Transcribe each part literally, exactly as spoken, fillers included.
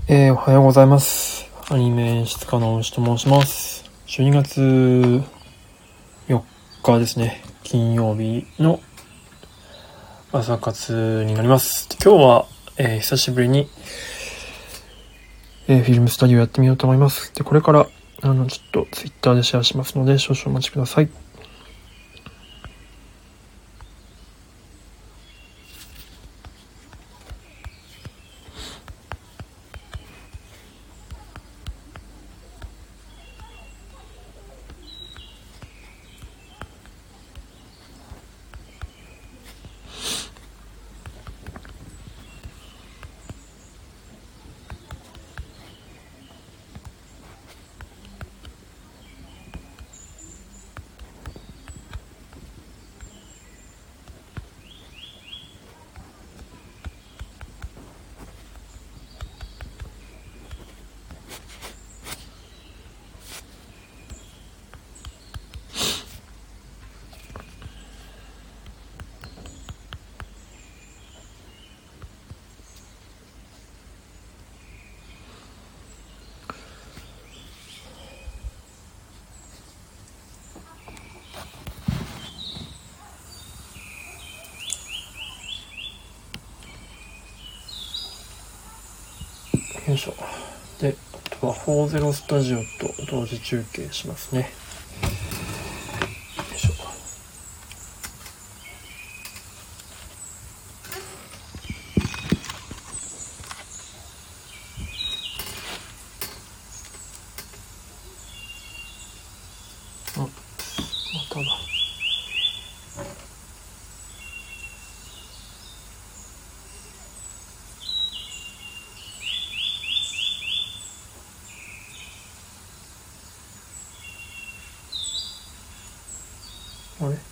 えー、おはようございます。アニメ演出家の牛と申します。じゅうにがつよっかですね、金曜日の朝活になります。今日は、えー、久しぶりに、えー、フィルムスタディをやってみようと思います。で、これからあのちょっとツイッターでシェアしますので少々お待ちください。よいしょ。で、あとはフォーゼロスタジオと同時中継しますね。よいしょ。あ、まただ。あれ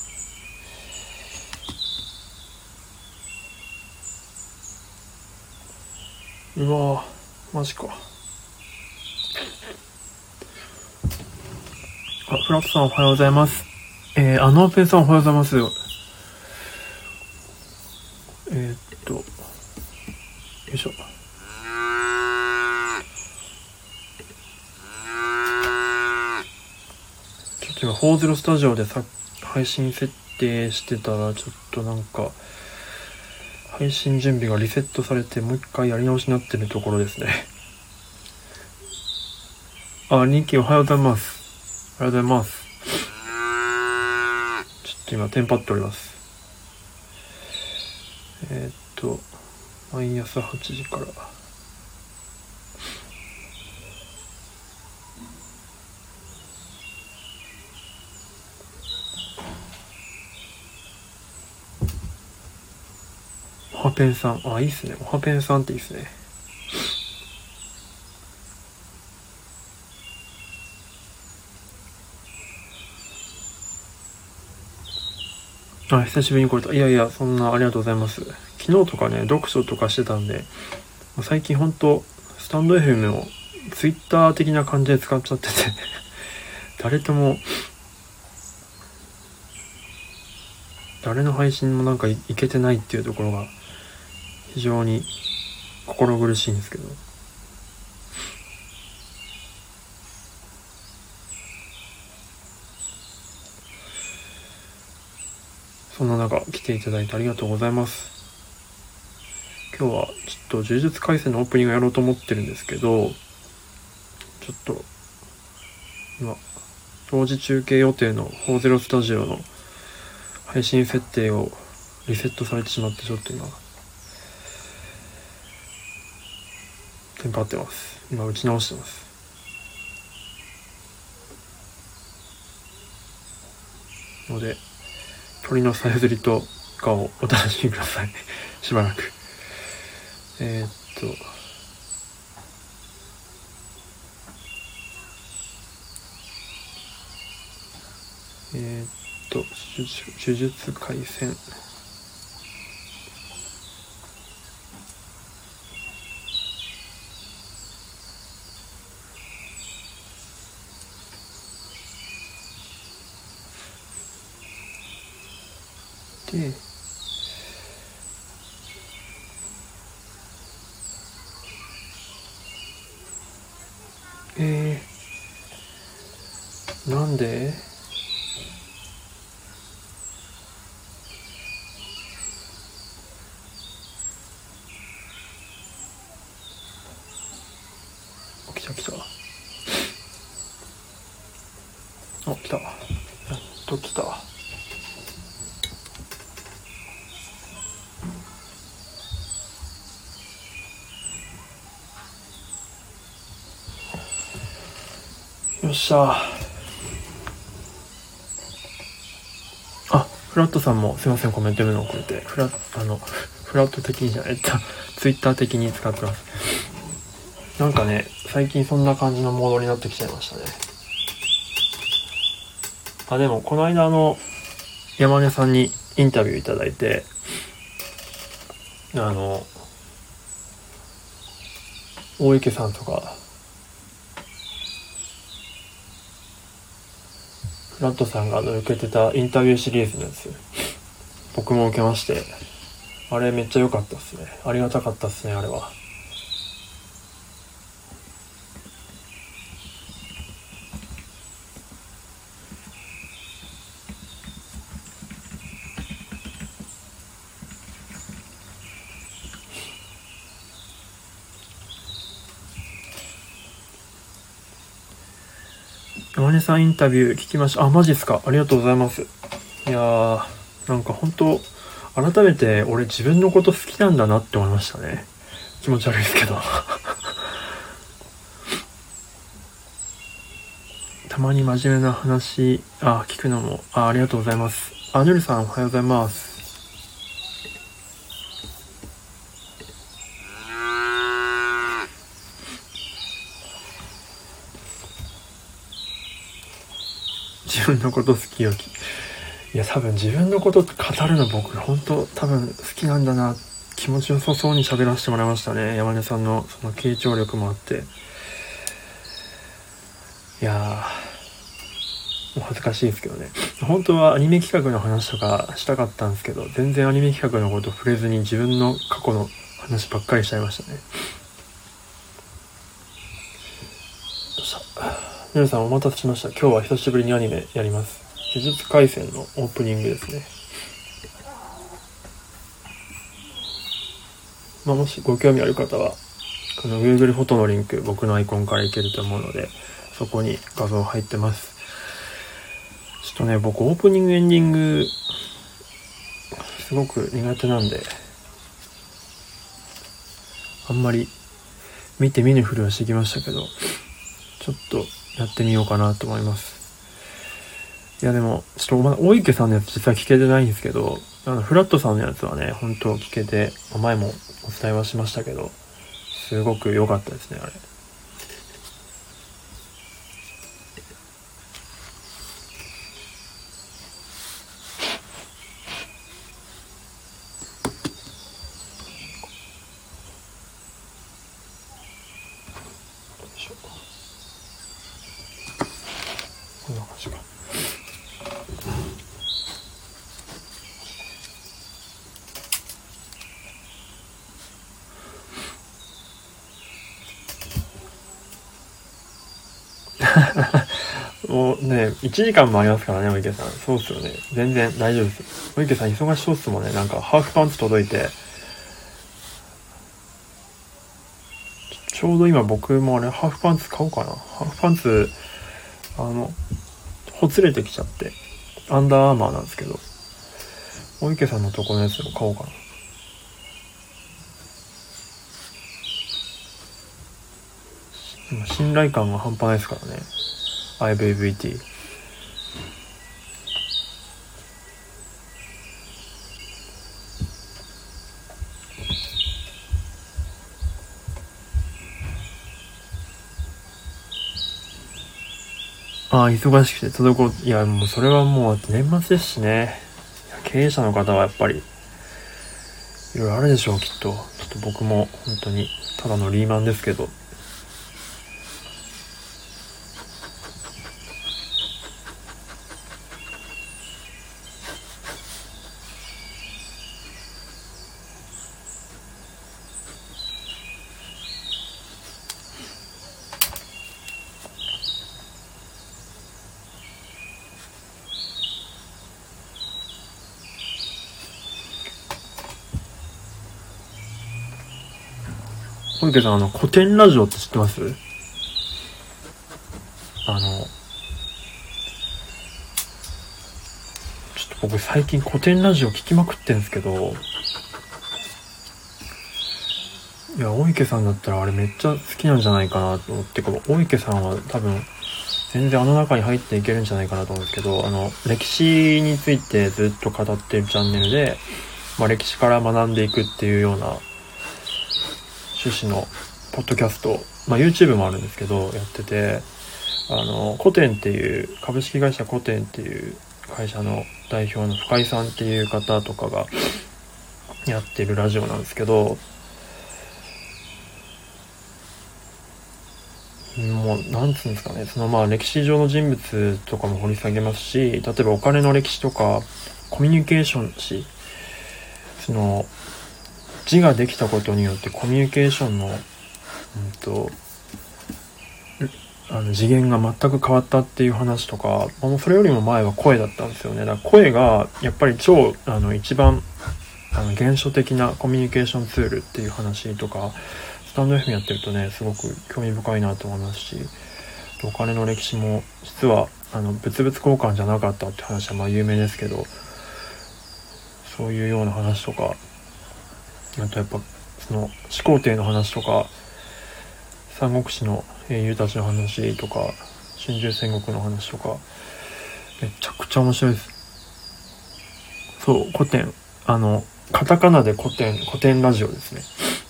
うわぁ、マジか。あ、フラットさんおはようございます。えー、あのーペンさんおはようございます。えー、っと、よいしょ。ちょっと今、フォーゼロスタジオでさ配信設定してたら、ちょっとなんか、配信準備がリセットされて、もう一回やり直しになってるところですね。あ、ニッキーおはようございます。おはようございます。ちょっと今、テンパっております。えー、っと、毎朝はちじから。おはペンさん。あ、いいっすね。おはペンさんっていいっすね。あ、久しぶりに来れた。いやいや、そんなありがとうございます。昨日とかね、読書とかしてたんで、最近ほんと、スタンド エフエム をツイッター的な感じで使っちゃってて誰とも、誰の配信もなんかいけてないっていうところが、非常に心苦しいんですけど。そんな中、来ていただいてありがとうございます。今日はちょっと呪術廻戦のオープニングやろうと思ってるんですけど、ちょっと、今、同時中継予定のフォーゼロスタジオの配信設定をリセットされてしまって、ちょっと今、テンパってます。今打ち直してます。ので、鳥のさえずりとかをお楽しみください。しばらく。えー、っと、えー、っと、呪術廻戦。で、 えー、なんで？来た来た。あ、来た。やっと来た。よっしゃ。あ、フラットさんもすいません、コメント読むの遅れて。フラあのフラット的にじゃない、ツイッター的に使ってます。なんかね、最近そんな感じのモードになってきちゃいましたね。あ、でもこの間あの山根さんにインタビューいただいて、あの大池さんとかフラットさんが受けてたインタビューシリーズのやつ、僕も受けまして、あれめっちゃ良かったっすね。ありがたかったっすね、あれは。山根さんインタビュー聞きました。あ、マジっすか。ありがとうございます。いやー、なんか本当改めて俺自分のこと好きなんだなって思いましたね。気持ち悪いですけどたまに真面目な話あ聞くのも あ, ありがとうございます。あ、ぬるさんおはようございます。自分のこと好きよき、いや多分自分のこと語るの僕本当多分好きなんだな、気持ちよさそうに喋らせてもらいましたね。山根さんのその傾聴力もあって、いやーお恥ずかしいですけどね。本当はアニメ企画の話とかしたかったんですけど、全然アニメ企画のこと触れずに自分の過去の話ばっかりしちゃいましたね。皆さんお待たせしました。今日は久しぶりにアニメやります。呪術廻戦のオープニングですね。まあ、もしご興味ある方はこの Google フォトのリンク、僕のアイコンからいけると思うので、そこに画像入ってます。ちょっとね、僕オープニングエンディングすごく苦手なんで、あんまり見て見ぬふりはしてきましたけど、ちょっとやってみようかなと思います。いやでもちょっとまだ大池さんのやつ実は聞けてないんですけど、あのフラットさんのやつはね本当聞けて、前もお伝えはしましたけど、すごく良かったですね、あれ。こんな感じか。もうね、いちじかんもありますからね、お池さん。そうっすよね。全然大丈夫です。お池さん忙しそうっすもんね。なんかハーフパンツ届いて、ちょうど今僕もあれハーフパンツ買おうかな。ハーフパンツあのほつれてきちゃって、アンダーアーマーなんですけど、お池さんのとこのやつを買おうかな。信頼感が半端ないですからね、 アイブイブイティー。 ああ忙しくて滞る。いやもうそれはもう年末ですしね。経営者の方はやっぱりいろいろあるでしょう、きっと。ちょっと僕も本当にただのリーマンですけど、 小池さん、あの、古典ラジオって知ってます？あの、ちょっと僕最近古典ラジオ聞きまくってんですけど、いや、大池さんだったらあれめっちゃ好きなんじゃないかなと思って、この大池さんは多分、全然あの中に入っていけるんじゃないかなと思うんですけど、あの、歴史についてずっと語ってるチャンネルで、まあ歴史から学んでいくっていうような趣旨のポッドキャスト、まあ YouTube もあるんですけど、やってて、あの、古典っていう、株式会社古典っていう会社の代表の深井さんっていう方とかがやってるラジオなんですけど、もう、なんつうんですかね、そのまあ歴史上の人物とかも掘り下げますし、例えばお金の歴史とか、コミュニケーション史、その、字ができたことによってコミュニケーションの、うんと、あの次元が全く変わったっていう話とか、もうそれよりも前は声だったんですよね。だから声がやっぱり超あの一番あの原初的なコミュニケーションツールっていう話とか、スタンド エフエム やってるとね、すごく興味深いなと思いますし、お金の歴史も実はあの物々交換じゃなかったって話はまあ有名ですけど、そういうような話とか、あとやっぱその始皇帝の話とか、三国志の英雄たちの話とか、春秋戦国の話とか、めちゃくちゃ面白いです。そう、古典、あのカタカナで古典、古典ラジオですね。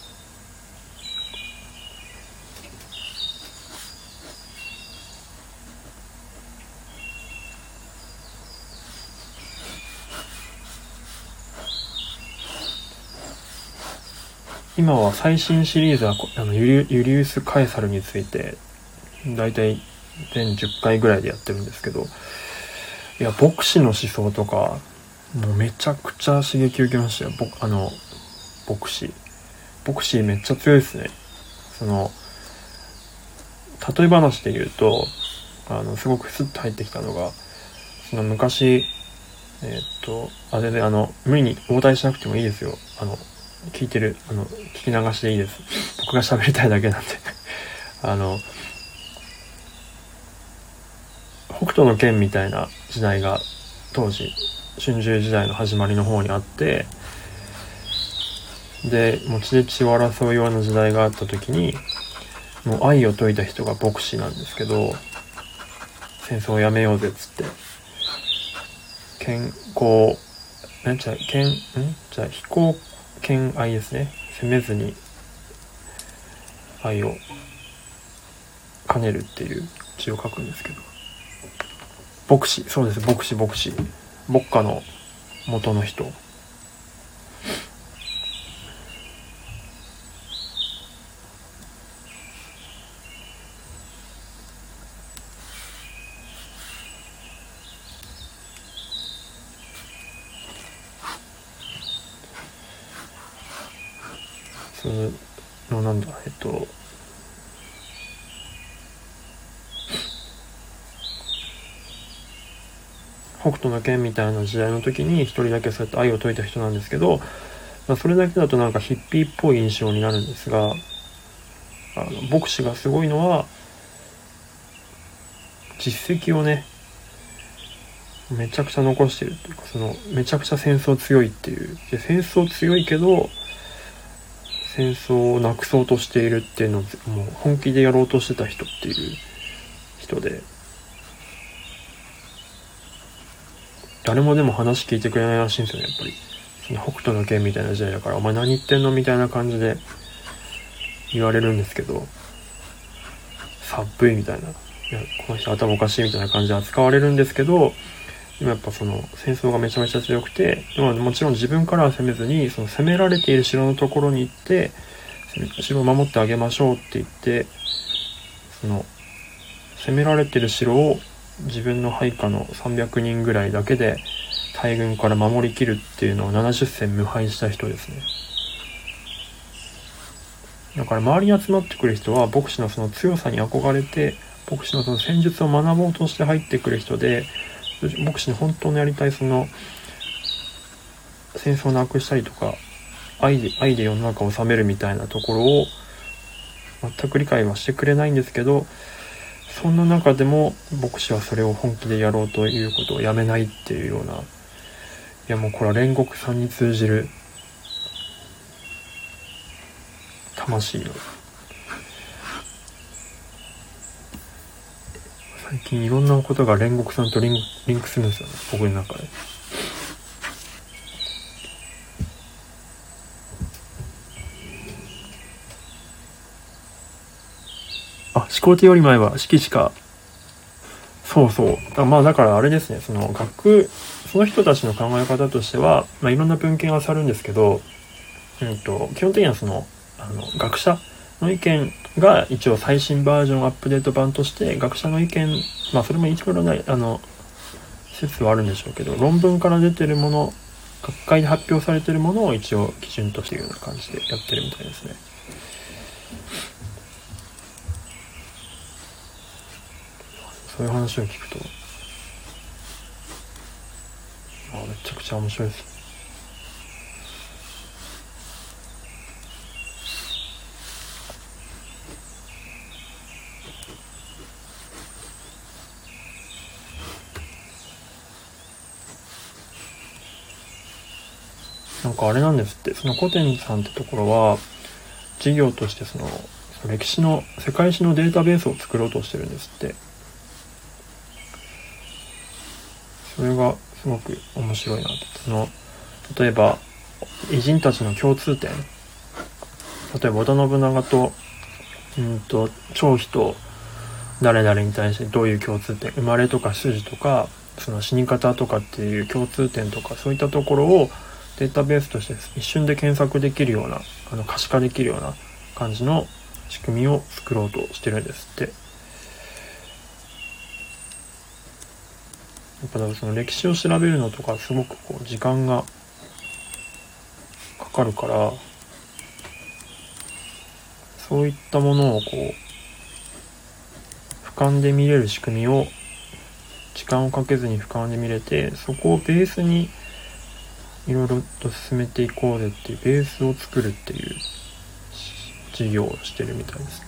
今は最新シリーズはあのユリ、ユリウス・カエサルについてだいたい全じゅっかいぐらいでやってるんですけど、いや牧師の思想とかもうめちゃくちゃ刺激受けましたよ。あの牧師牧師めっちゃ強いですね。その例え話で言うと、あのすごくスッと入ってきたのが、その昔えー、っとあ全然あの無理に応対しなくてもいいですよ。あの聞いてる、あの聞き流しでいいです。僕が喋りたいだけなんであの北斗の拳みたいな時代が当時春秋時代の始まりの方にあって、でもう血で血を争うような時代があった時に、もう愛を説いた人が牧師なんですけど、戦争をやめようぜっつって、健康なんちゃ健んじゃあ非行兼愛ですね、責めずに愛を兼ねるっていう字を書くんですけど、牧師、そうです、牧師牧師牧歌の元の人。そのなんだえっと北斗の拳みたいな時代の時に一人だけそうやって愛を説いた人なんですけど、まあ、それだけだとなんかヒッピーっぽい印象になるんですが、あの牧師がすごいのは実績をねめちゃくちゃ残してるっていうか、そのめちゃくちゃ戦争強いっていう、で戦争強いけど戦争をなくそうとしているっていうのをもう本気でやろうとしてた人っていう人で、誰もでも話聞いてくれないらしいんですよね。やっぱりその北斗の拳みたいな時代だから、お前何言ってんのみたいな感じで言われるんですけど、寒いみたいな、いやこの人頭おかしいみたいな感じで扱われるんですけど、でもやっぱその戦争がめちゃめちゃ強くて、でももちろん自分からは攻めずに、その攻められている城のところに行って城を守ってあげましょうって言って、その攻められている城を自分の配下のさんびゃくにんぐらいだけで大軍から守りきるっていうのをななじゅっせん無敗した人ですね。だから周りに集まってくる人は牧師のその強さに憧れて、牧師のその戦術を学ぼうとして入ってくる人で、牧師の本当のやりたいその戦争をなくしたりとか愛で愛で世の中を治めるみたいなところを全く理解はしてくれないんですけど、そんな中でも牧師はそれを本気でやろうということをやめないっていうような、いやもうこれは煉獄さんに通じる魂の、最近いろんなことが煉獄さんとリンリンクするんですよね、僕の中で。あ、始皇帝より前は式しか、そうそう。だまあだからあれですね、その学、その人たちの考え方としては、まあいろんな文献がさるんですけど、うんと、基本的にはその、あの、学者の意見が一応最新バージョンアップデート版として、学者の意見、まあそれも一部のない、あの、説はあるんでしょうけど、論文から出てるもの、学会で発表されてるものを一応基準としているような感じでやってるみたいですね。そういう話を聞くと、あ、めちゃくちゃ面白いです。なんかあれなんですって、その古典さんってところは、事業としてその、その歴史の、世界史のデータベースを作ろうとしてるんですって。それがすごく面白いなって。その、例えば、偉人たちの共通点。例えば、織田信長と、うんと、張飛と誰々に対してどういう共通点、生まれとか出自とか、その死に方とかっていう共通点とか、そういったところをデータベースとして一瞬で検索できるような、あの可視化できるような感じの仕組みを作ろうとしてるんですって。やっぱだからその歴史を調べるのとかすごくこう時間がかかるから、そういったものをこう俯瞰で見れる仕組みを時間をかけずに俯瞰で見れて、そこをベースにいろいろと進めていこうぜっていうベースを作るっていう事業をしてるみたいですね。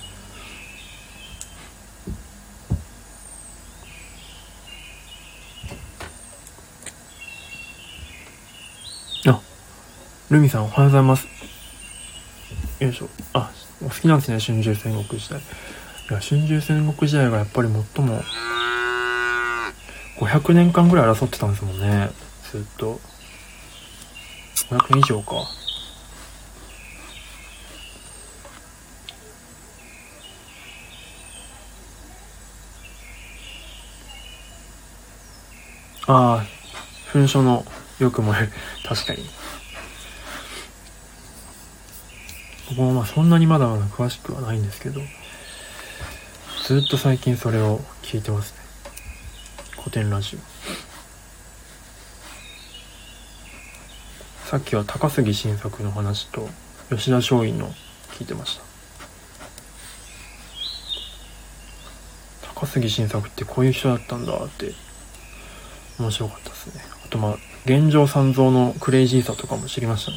あ、ルミさんおはようございます。よいしょ。あ、お好きなんですね、春秋戦国時代。いや、春秋戦国時代がやっぱり最もごひゃくねんかんぐらい争ってたんですもんね。ずっと。ごひゃくねん以上か。ああ、噴書のよく燃える。確かに。僕もまあそんなにまだまだ詳しくはないんですけど、ずっと最近それを聞いてますね。古典ラジオ。さっきは高杉晋作の話と吉田松陰の聞いてました。高杉晋作ってこういう人だったんだって面白かったですね。あとまあ玄奘三蔵のクレイジーさとかも知りましたね。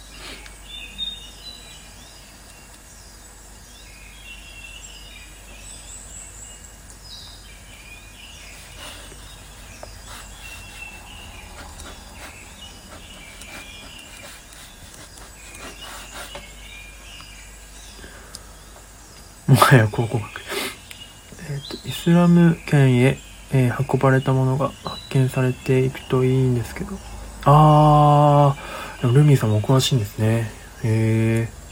もはや考古学。えっと、イスラム圏へ、えー、運ばれたものが発見されていくといいんですけど。あー、ルミーさんもお詳しいんですね。へー。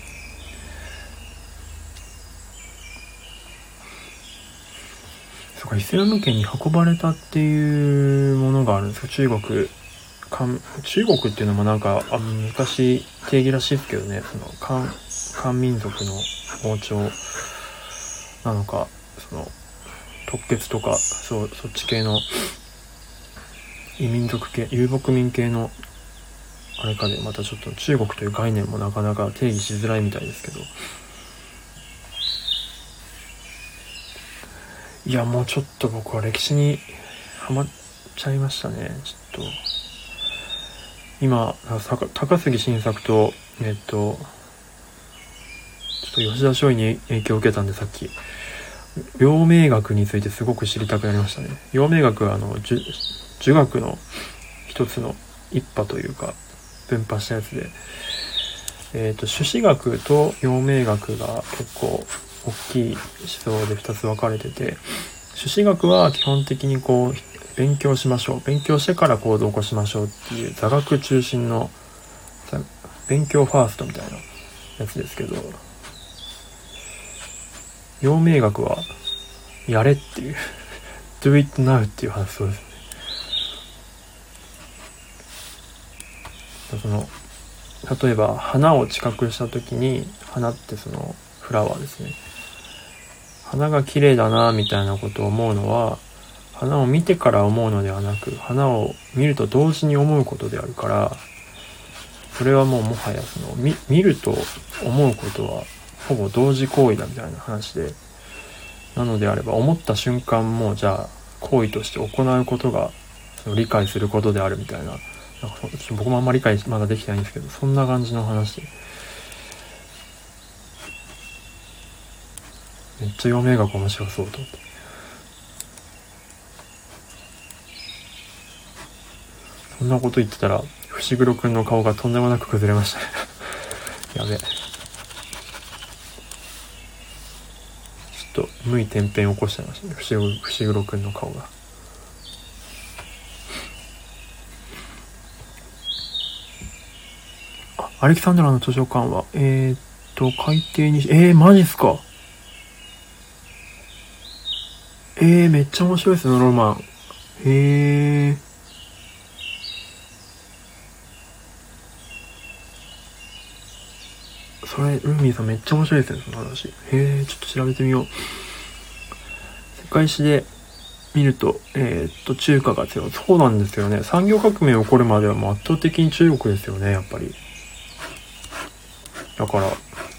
そうか、イスラム圏に運ばれたっていうものがあるんですか。中国。中国っていうのもなんかあ昔定義らしいですけどね、その漢漢民族の王朝なのか、その突厥とかそうそっち系の異民族系遊牧民系のあれかでまたちょっと中国という概念もなかなか定義しづらいみたいですけど、いやもうちょっと僕は歴史にハマっちゃいましたね。ちょっと今高杉晋作とえっとちょっと吉田松陰に影響を受けたんで、さっき陽明学についてすごく知りたくなりましたね。陽明学はあの儒学の一つの一派というか分派したやつで、えーと、朱子学と陽明学が結構大きい思想でふたつ分かれてて、朱子学は基本的にこう勉強しましょう、勉強してから行動を起こしましょうっていう座学中心の勉強ファーストみたいなやつですけど、陽明学はやれっていうdo it now っていう発想ですね。その例えば花を知覚した時に、花ってそのフラワーですね、花が綺麗だなみたいなことを思うのは花を見てから思うのではなく、花を見ると同時に思うことであるから、それはもうもはやその 見, 見ると思うことはほぼ同時行為だみたいな話で、なのであれば思った瞬間もじゃあ行為として行うことがその理解することであるみたいな、なんかちょっと僕もあんまり理解まだできてないんですけど、そんな感じの話で、めっちゃ陽明学面白そうと思って。そんなこと言ってたら伏黒くんの顔がとんでもなく崩れましたねやべ、ちょっと無意転変起こしちゃいましたね、伏黒くんの顔が。あ、アレキサンドラの図書館はえー、っと海底にえー、マジっすか。えー、めっちゃ面白いですね、ロマン。へー、それルーミーさんめっちゃ面白いですね、その話。へー、ちょっと調べてみよう。世界史で見ると、えー、っと中華が強い。そうなんですよね。産業革命起こるまではもう圧倒的に中国ですよね、やっぱり。だから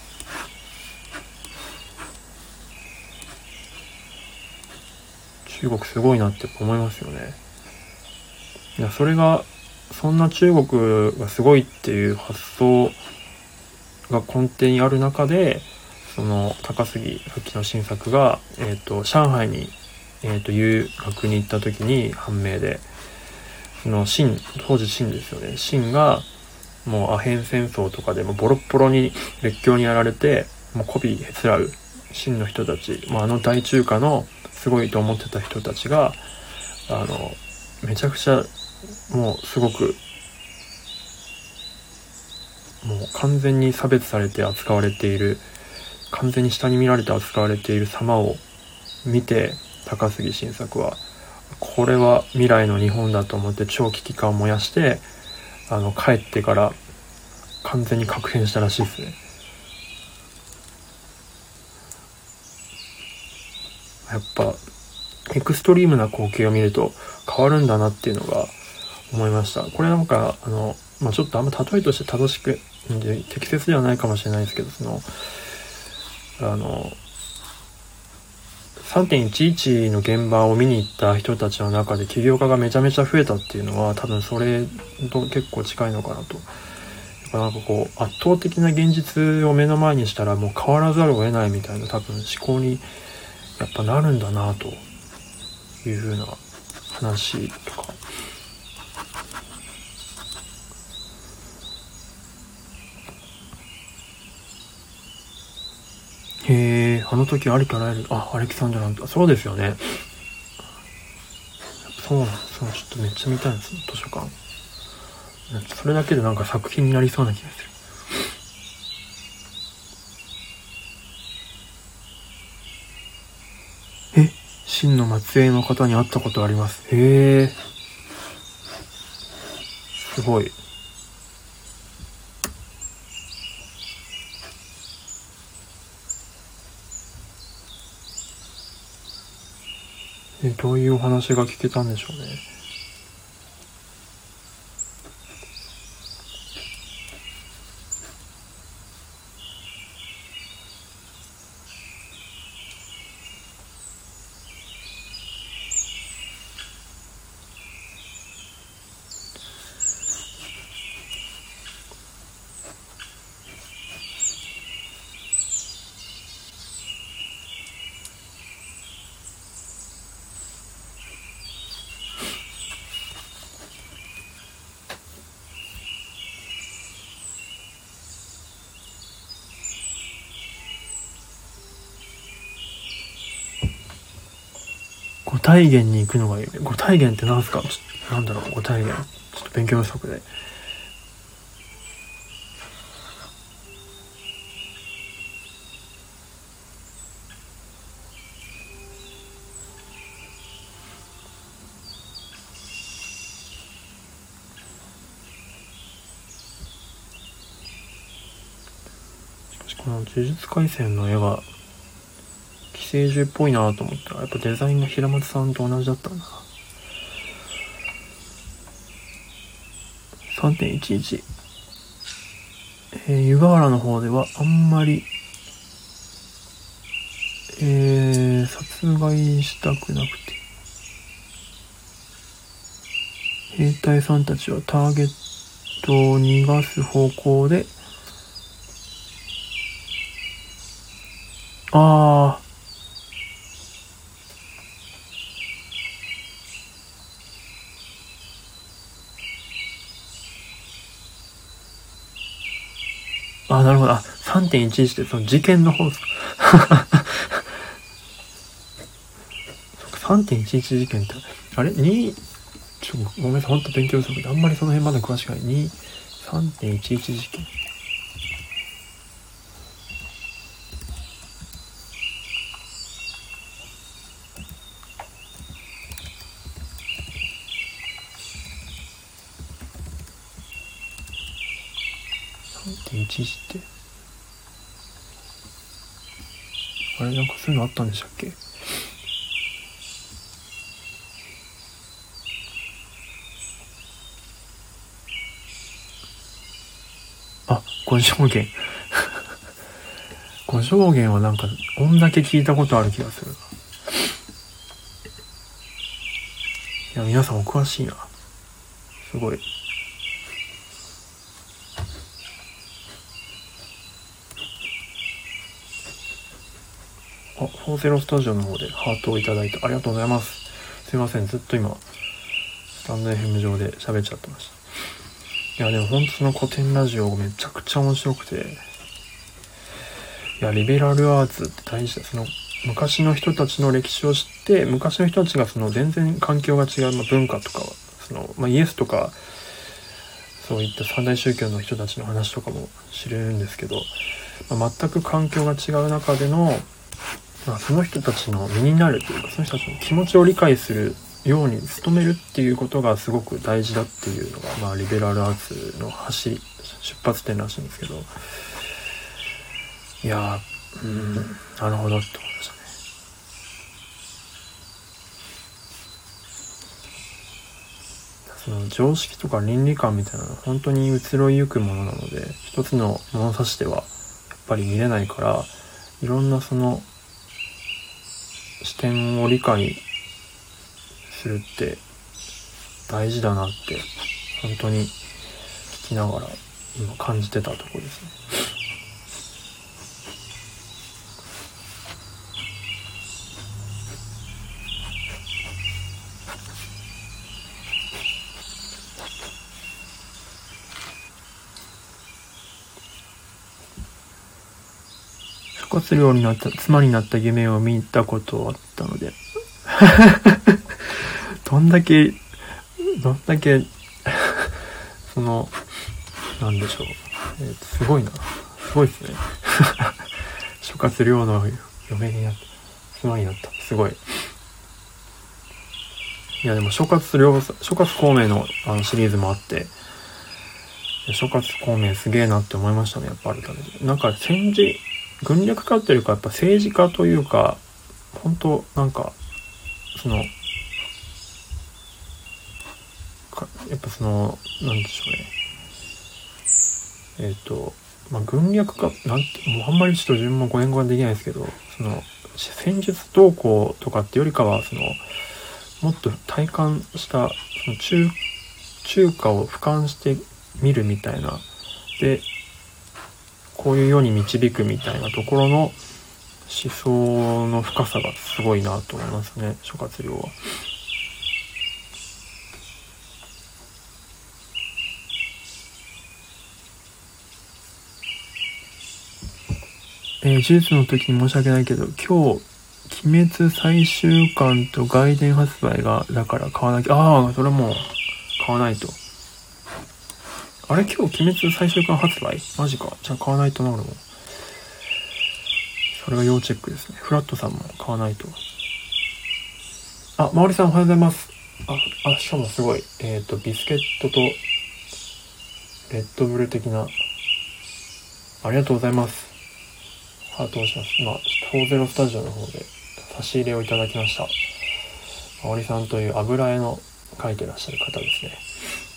中国すごいなって思いますよね。いや、それがそんな中国がすごいっていう発想が根底にある中で、その高杉さっきの新作が、えー、と上海に、えー、と留学に行った時に判明で、その清当時清ですよね、清がもうアヘン戦争とかでもボロッボロに列強にやられて、もう媚びへつらう清の人たち、まあ、あの大中華のすごいと思ってた人たちがあのめちゃくちゃもうすごくもう完全に差別されて扱われている、完全に下に見られて扱われている様を見て、高杉晋作はこれは未来の日本だと思って超危機感を燃やして、あの帰ってから完全に確変したらしいですね。やっぱエクストリームな光景を見ると変わるんだなっていうのが思いました。これなんかあの、まあ、ちょっとあんま例えとして正しくで適切ではないかもしれないですけど、そのあの さんてんいちいち の現場を見に行った人たちの中で起業家がめちゃめちゃ増えたっていうのは多分それと結構近いのかなと。なんかこう圧倒的な現実を目の前にしたらもう変わらざるを得ないみたいな多分思考にやっぱなるんだなという風な話とか。へえ、あの時ありとあらゆる、あ、アレキサンドランと、そうですよね。そうなんです。そう、ちょっとめっちゃ見たいんです、図書館。それだけでなんか作品になりそうな気がする。え、真の末裔の方に会ったことあります。へえ、すごい。え、どういうお話が聞けたんでしょうね。 体元に行くのがいい。五体元って何すか？なんだろう、五体元。ちょっと勉強不足で。この呪術廻戦の絵が寄生獣っぽいなと思ったら、やっぱデザインが平松さんと同じだったんだな。 さんてんいちいち、 えー、湯河原の方ではあんまりえー、殺害したくなくて、兵隊さんたちはターゲットを逃がす方向で、あーあーなるほど。あ、さんてんいちいち ってその事件の方ですか。さんてんいちいち 事件ってあれにちょごめんなさい、ほんと勉強不足であんまりその辺まで詳しくない。に さんてんいちいち 事件、さんてんいちいち ってあれ、なんかそういうのあったんでしたっけ？あ、五条言。五条言はなんかこんだけ聞いたことある気がする。いや、皆さんお詳しいな。すごい。あ、フォーゼロスタジオの方でハートをいただいてありがとうございます。すいません、ずっと今スタンド エフエム 上で喋っちゃってました。いやでもほんとその古典ラジオめちゃくちゃ面白くて、いやリベラルアーツって大事だ。その昔の人たちの歴史を知って、昔の人たちがその全然環境が違う、まあ、文化とかその、まあ、イエスとかそういった三大宗教の人たちの話とかも知れるんですけど、まあ、全く環境が違う中での、まあ、その人たちの身になるというか、その人たちの気持ちを理解するように努めるっていうことがすごく大事だっていうのが、まあ、リベラルアーツの走り出発点らしいんですけど、いやー、うーん、なるほどって思いましたね。その常識とか倫理観みたいなのは本当に移ろいゆくものなので、一つの物差しではやっぱり見れないから、いろんなその視点を理解するって大事だなって本当に聞きながら今感じてたところですね。諸葛亮になった妻になった夢を見たことあったのでどんだけどんだけそのなんでしょう、えー、すごいな、すごいですね諸葛亮の嫁になった妻になったすごい。いやでも諸葛亮諸葛孔明のあのシリーズもあって、諸葛孔明すげえなって思いましたね。やっぱあるためになんか戦時軍略家というかやっぱ政治家というか、本当なんかそのやっぱそのなんでしょうね、えっ、ー、とまあ軍略家なんてもうあんまりちょっと自分も語源ができないですけど、その戦術動向とかってよりかはそのもっと体感したその 中, 中華を俯瞰して見るみたいなで、こういうように導くみたいなところの思想の深さがすごいなと思いますね、諸葛亮は。えー、呪術の時に申し訳ないけど今日鬼滅最終巻と外伝発売が、だから買わなきゃ、ああ、それもう買わないと。あれ今日鬼滅最終巻発売？マジか。じゃあ買わないとな、俺も。それが要チェックですね。フラットさんも買わないと。あ、まおりさんおはようございます。あ、あ、しかもすごい。えっと、ビスケットと、レッドブル的な。ありがとうございます。ハートを押します。今、フォーゼロスタジオの方で差し入れをいただきました。まおりさんという油絵の描いてらっしゃる方ですね。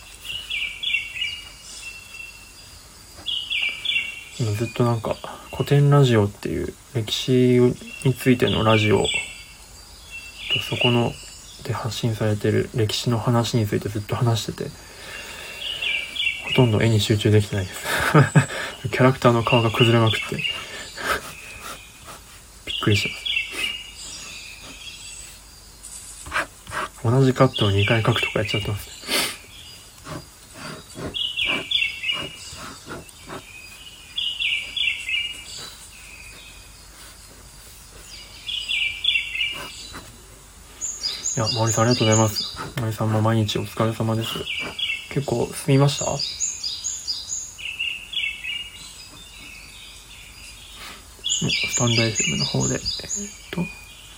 今ずっとなんか古典ラジオっていう歴史についてのラジオと、そこので発信されてる歴史の話についてずっと話してて、ほとんど絵に集中できてないですキャラクターの顔が崩れまくってびっくりしてます。同じカットをにかい描くとかやっちゃってますね。いや、まおりさんありがとうございます。まおりさんも毎日お疲れ様です。結構進みました？スタンド エフエム の方で、えー、っと、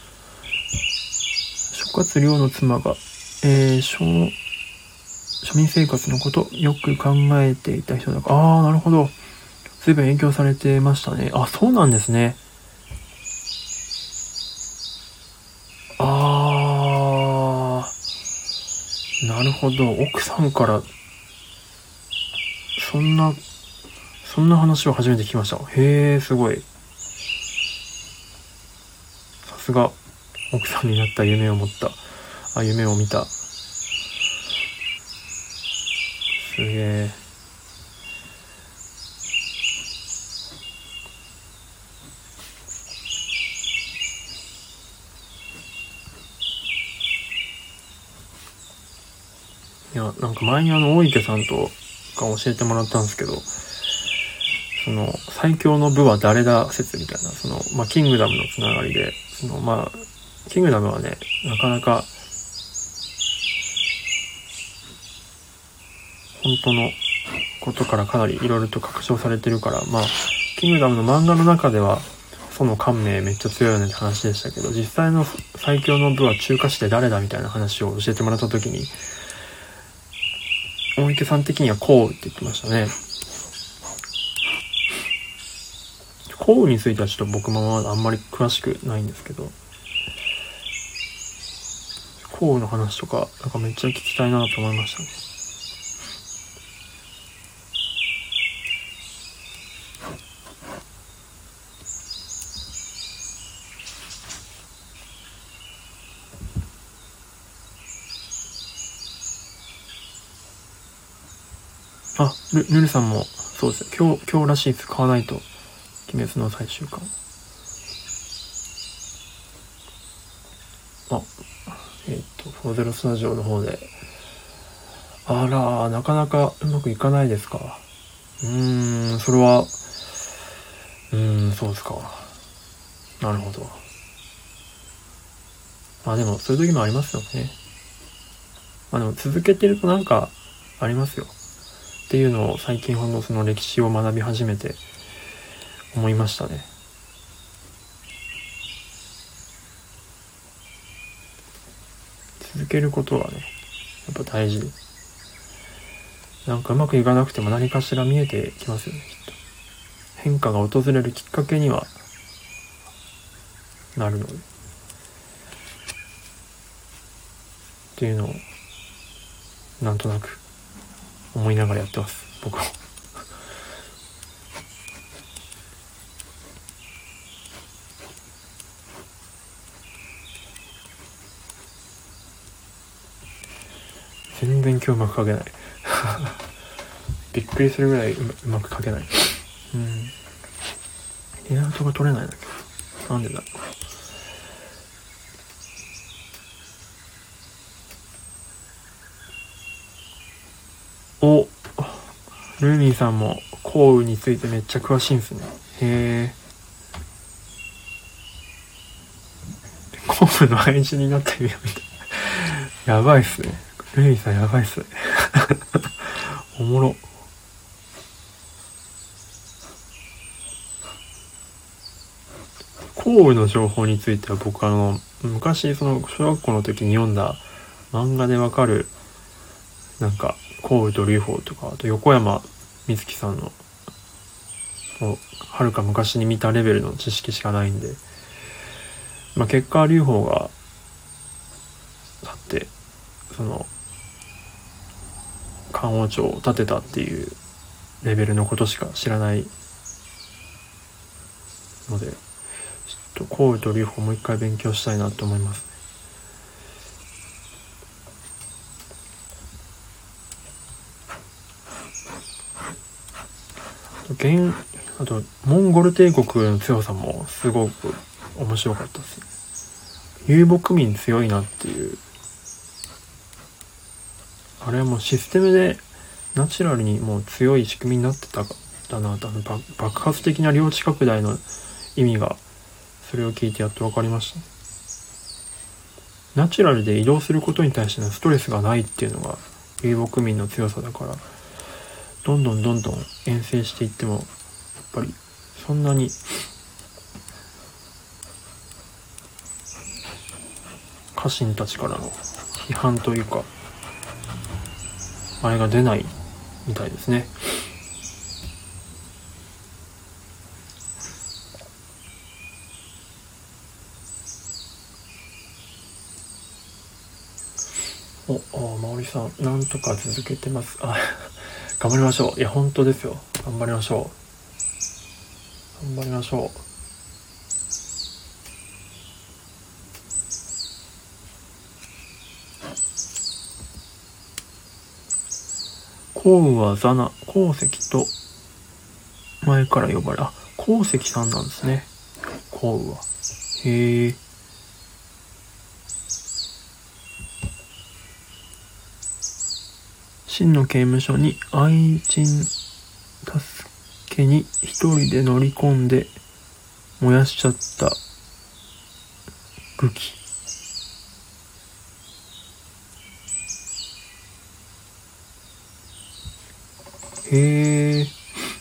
諸葛亮の妻が、えー、庶庶民生活のことよく考えていた人だから、ああ、なるほど。随分影響されてましたね。あ、そうなんですね。あー、なるほど。奥さんからそんなそんな話を初めて聞きました。へー、すごい。さすが奥さんになった夢を持ったあ夢を見た。すげえ。いや、なんか前にあの大池さんとが教えてもらったんですけど、その最強の部は誰だ説みたいな、そのまあキングダムのつながりで、そのまあキングダムはね、なかなか本当のことからかなりいろいろと拡張されてるから、まあキングダムの漫画の中ではその関名めっちゃ強いよねって話でしたけど、実際の最強の部は中華史で誰だみたいな話を教えてもらった時に、大池さん的には項羽って言ってましたね。項羽についてはちょっと僕もまだあんまり詳しくないんですけど、項羽の話とかなんかめっちゃ聞きたいなと思いましたね。あ、ル、ルルさんもそうですね。今日、今日らしいです。買わないと。鬼滅の最終巻。あ、えー、っと、フォーゼロスタジオの方で。あら、なかなかうまくいかないですか。うーん、それは、うーん、そうですか。なるほど。まあでも、そういう時もありますよね。まあでも、続けてるとなんか、ありますよ。っていうのを最近ほんのその歴史を学び始めて思いましたね。続けることはね、やっぱ大事。なんかうまくいかなくても何かしら見えてきますよね、きっと。変化が訪れるきっかけにはなるので。っていうのをなんとなく思いながらやってます、僕は。全然今日うまく書けないびっくりするぐらいう ま, うまく書けない。うん。レイアウトが取れないんだけど、なんでだろう。お、ルーミンさんも降雨についてめっちゃ詳しいんですね。へコブの愛人になった夢を見た。やばいっすね。ルイさんやばいっすね。おもろ。降雨の情報については僕あの昔その小学校の時に読んだ漫画でわかるなんか降雨と流法とか、あと横山美月さんのはるか昔に見たレベルの知識しかないんで、まあ、結果流法がだってその漢王朝を建てたっていうレベルのことしか知らないので、ちょっと降雨と流法もう一回勉強したいなと思いますね。現あとモンゴル帝国の強さもすごく面白かったですね。遊牧民強いなっていう、あれはもうシステムでナチュラルにもう強い仕組みになってたんだなと、爆発的な領地拡大の意味がそれを聞いてやっと分かりましたね。ナチュラルで移動することに対してのストレスがないっていうのが遊牧民の強さだから、どんどんどんどん遠征していってもやっぱりそんなに家臣たちからの批判というかあれが出ないみたいですね。お、お、まおりさんなんとか続けてます。あ、頑張りましょう。いや本当ですよ。頑張りましょう。頑張りましょう。項羽はザナ、鉱石と前から呼ばれ、あ、鉱石さんなんですね。項羽は。へえ。秦の刑務所に愛人助けに一人で乗り込んで燃やしちゃった武器。へえ。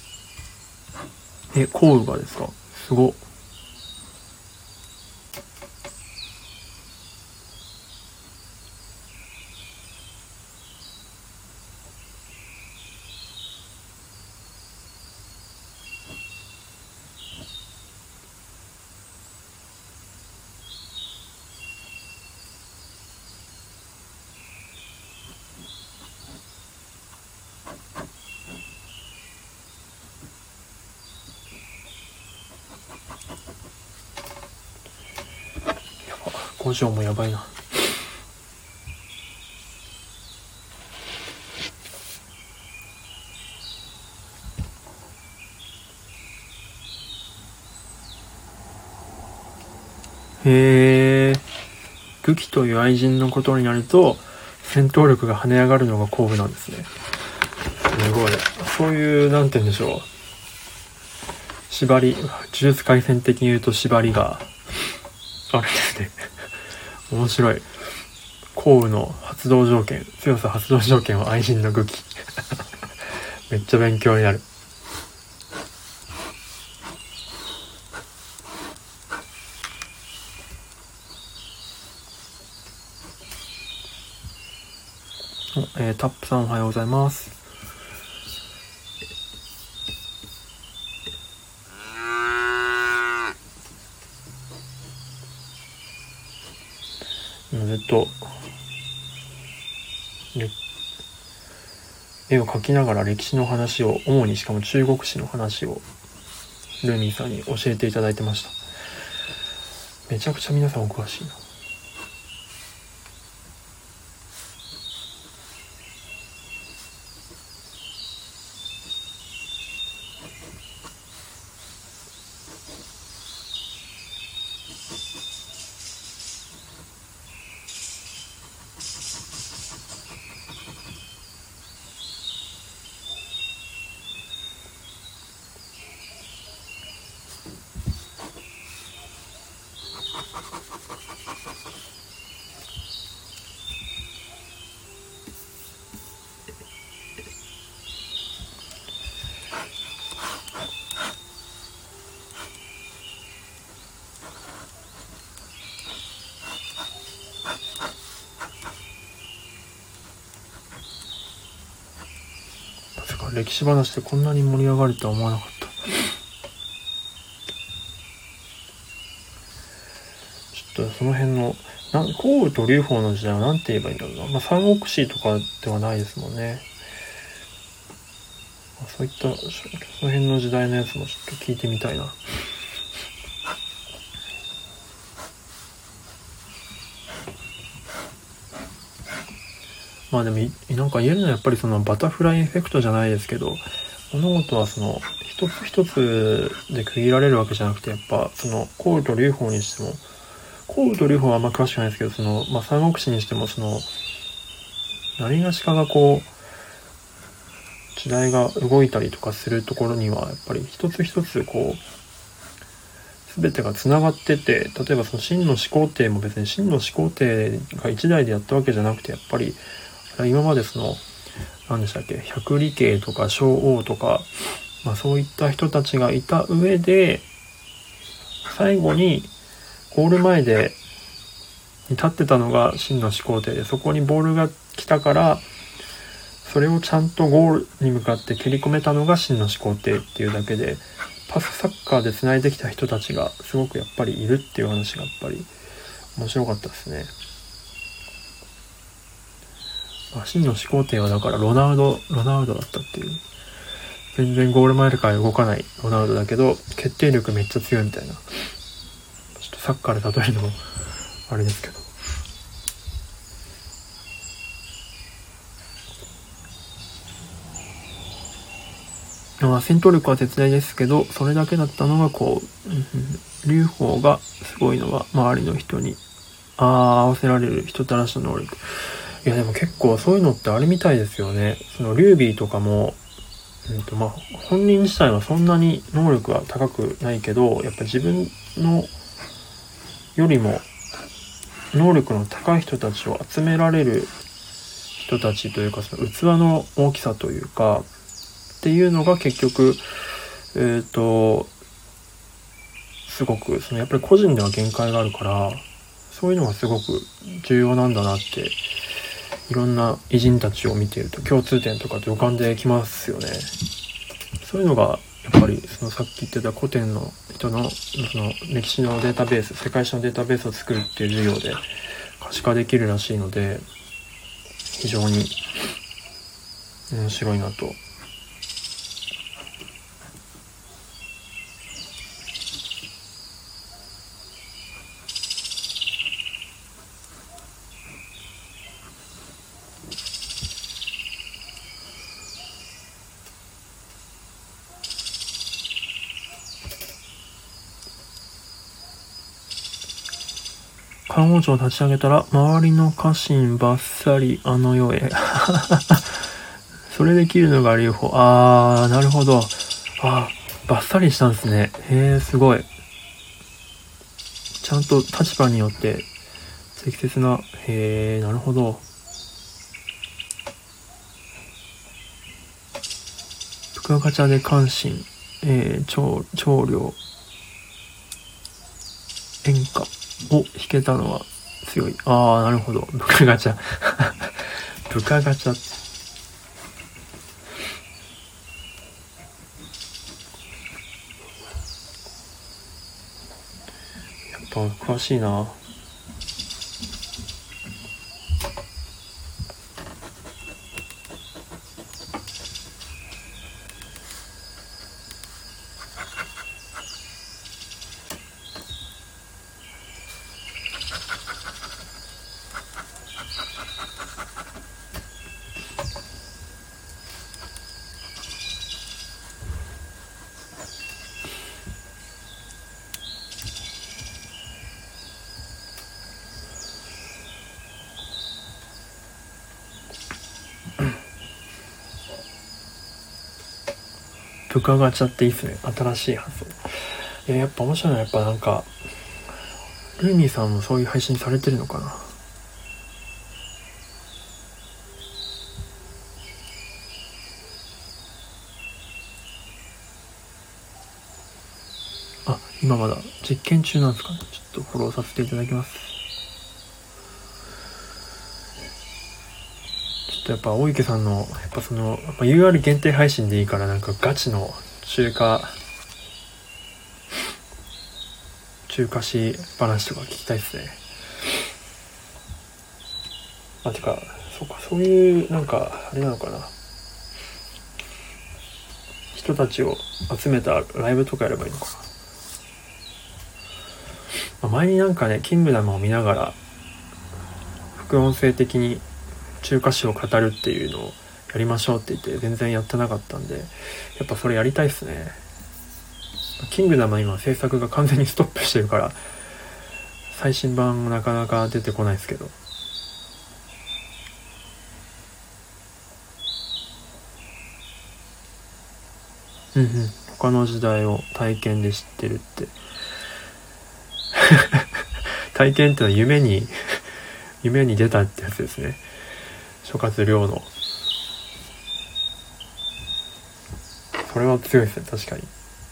え、項羽がですか？すごっ。五条もやばいな。へえ。武器という愛人のことになると戦闘力が跳ね上がるのが項羽なんですね。すごい。そういうなんて言うんでしょう。縛り、呪術廻戦的に言うと縛りがあるんですね。面白い。項羽の発動条件、強さ発動条件は愛人の武器。めっちゃ勉強になる。えー、タップさんおはようございます。ずっと絵を描きながら歴史の話を、主にしかも中国史の話をルーミーさんに教えていただいてました。めちゃくちゃ皆さんお詳しいな。 か歴史話でこんなに盛り上がるとは思わなかった。ちょっとその辺のなん項羽と劉邦の時代は何て言えばいいんだろうな。まあ三国志とかではないですもんね。そういったその辺の時代のやつもちょっと聞いてみたいな。まあでもなんか言えるのはやっぱりそのバタフライエフェクトじゃないですけど、物事はその一つ一つで区切られるわけじゃなくて、やっぱその項羽と劉邦にしても、項羽と劉邦はあんま詳しくないですけど、そのまあ三国志にしてもその何がしかがこう時代が動いたりとかするところにはやっぱり一つ一つこう全てがつながってて、例えばその秦の始皇帝も別に秦の始皇帝が一代でやったわけじゃなくて、やっぱり今までその何でしたっけ、百里慶とか小王とか、まあ、そういった人たちがいた上で最後にゴール前で立ってたのが秦の始皇帝で、そこにボールが来たからそれをちゃんとゴールに向かって蹴り込めたのが秦の始皇帝っていうだけで、パスサッカーで繋いできた人たちがすごくやっぱりいるっていう話がやっぱり面白かったですね。秦の始皇帝はだからロナウドロナウドだったっていう、全然ゴール前から動かないロナウドだけど決定力めっちゃ強いみたいな。ちょっとサッカーで例えるのもあれですけど、まあ戦闘力は絶大ですけど、それだけだったのがこう劉邦がすごいのは周りの人にあ合わせられる人たらしの能力。いやでも結構そういうのってあれみたいですよね。その劉備とかも、うんとまあ、本人自体はそんなに能力は高くないけど、やっぱ自分のよりも能力の高い人たちを集められる人たちというか、その器の大きさというかっていうのが結局えっとすごくそのやっぱり個人では限界があるから、そういうのがすごく重要なんだなって、いろんな偉人たちを見ていると共通点とかって浮かんできますよね。そういうのがやっぱりそのさっき言ってた古典の人のその歴史のデータベース、世界史のデータベースを作るっていう授業で可視化できるらしいので、非常に面白いなと。漢王朝を立ち上げたら周りの家臣ばっさりあの世へそれできるのが劉邦。あーなるほど。あーバッサリしたんですね。へーすごい。ちゃんと立場によって適切な。へーなるほど。部下ガチャで関心、えー、長長領演歌を弾けたのは強い。ああなるほど。部下ガチャ部下ガチャやっぱ詳しいな。部下ガチャっていいっすね。新しい発想。いや、やっぱ面白いのはやっぱなんかルーミーさんもそういう配信されてるのかな。あ、今まだ実験中なんですかね。ちょっとフォローさせていただきます。ちょっととやっぱ大池さんのやっぱその ユーアール 限定配信でいいからなんかガチの中華中華史話とか聞きたいですね。あ、てかそうか、そういうなんかあれなのかな、人たちを集めたライブとかやればいいのかな。まあ、前になんかねキングダムを見ながら副音声的に中華史を語るっていうのをやりましょうって言って全然やってなかったんで、やっぱそれやりたいっすね。キングダムは今制作が完全にストップしてるから最新版なかなか出てこないですけど、うんうん、他の時代を体験で知ってるって体験ってのは夢に夢に出たってやつですね。諸葛亮のそれは強いですね、確かに。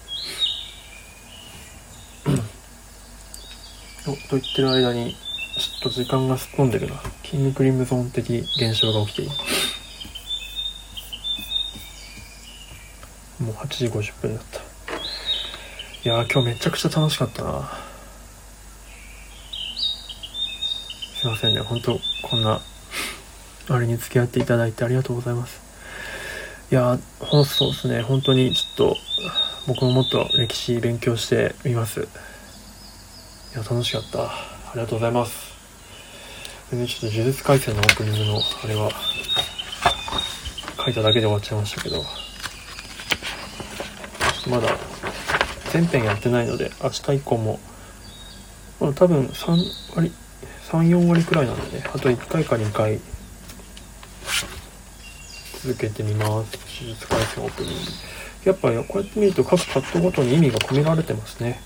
と言ってる間にちょっと時間がすっ飛んでるな。キングクリムゾン的現象が起きている。もうはちじごじゅっぷんだった。いやー今日めちゃくちゃ楽しかったな。すいませんね、本当こんなあれに付き合っていただいてありがとうございます。いやーほそうですね、本当にちょっと僕ももっと歴史勉強してみます。いや楽しかった、ありがとうございます。全然ちょっと呪術廻戦のオープニングのあれは書いただけで終わっちゃいましたけど、まだ全編やってないので明日以降も、まあ、多分さん割さん、よん割くらいなんでね、あといっかいかにかい続けてみます。呪術廻戦オープニング、やっぱこうやって見ると各カットごとに意味が込められてますね。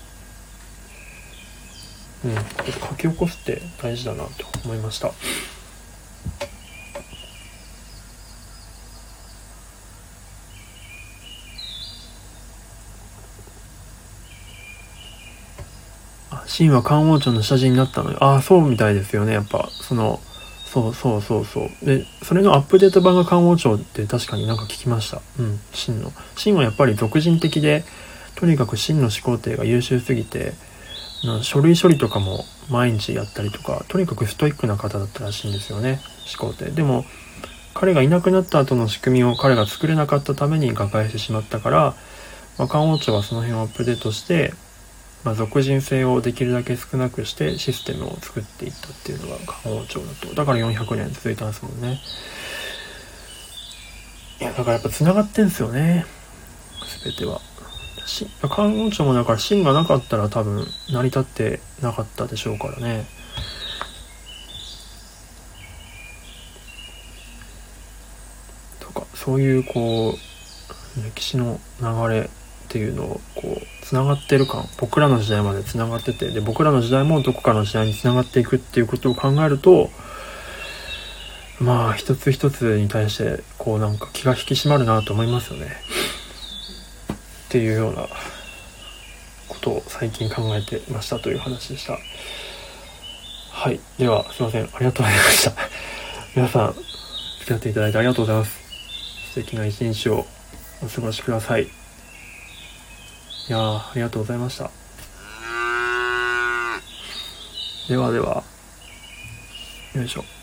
うん、ちょっと書き起こすって大事だなと思いました。あ、秦は漢王朝の下地になったのよ。ああ、そうみたいですよね。やっぱそのそうそうそうそうで、それのアップデート版が漢王朝って確かになんか聞きました。うん、秦の秦はやっぱり俗人的で、とにかく秦の始皇帝が優秀すぎて、書類処理とかも毎日やったりとか、とにかくストイックな方だったらしいんですよね、始皇帝。でも彼がいなくなった後の仕組みを彼が作れなかったために瓦解してしまったから、まあ、漢王朝はその辺をアップデートして、まあ、俗人性をできるだけ少なくしてシステムを作っていったっていうのが漢王朝だと。だからよんひゃくねん続いたんですもんね。いやだからやっぱ繋がってんすよね、全ては。漢王朝もだから秦がなかったら多分成り立ってなかったでしょうからね。とかそういうこう歴史の流れっていうのをこうつながってる感、僕らの時代までつながってて、で僕らの時代もどこかの時代につながっていくっていうことを考えると、まあ一つ一つに対してこうなんか気が引き締まるなと思いますよねっていうようなことを最近考えてましたという話でした。はい、ではすいません、ありがとうございました皆さん付き合っていただいてありがとうございます。素敵な一日をお過ごしください。いやーありがとうございました。ではでは、よいしょ。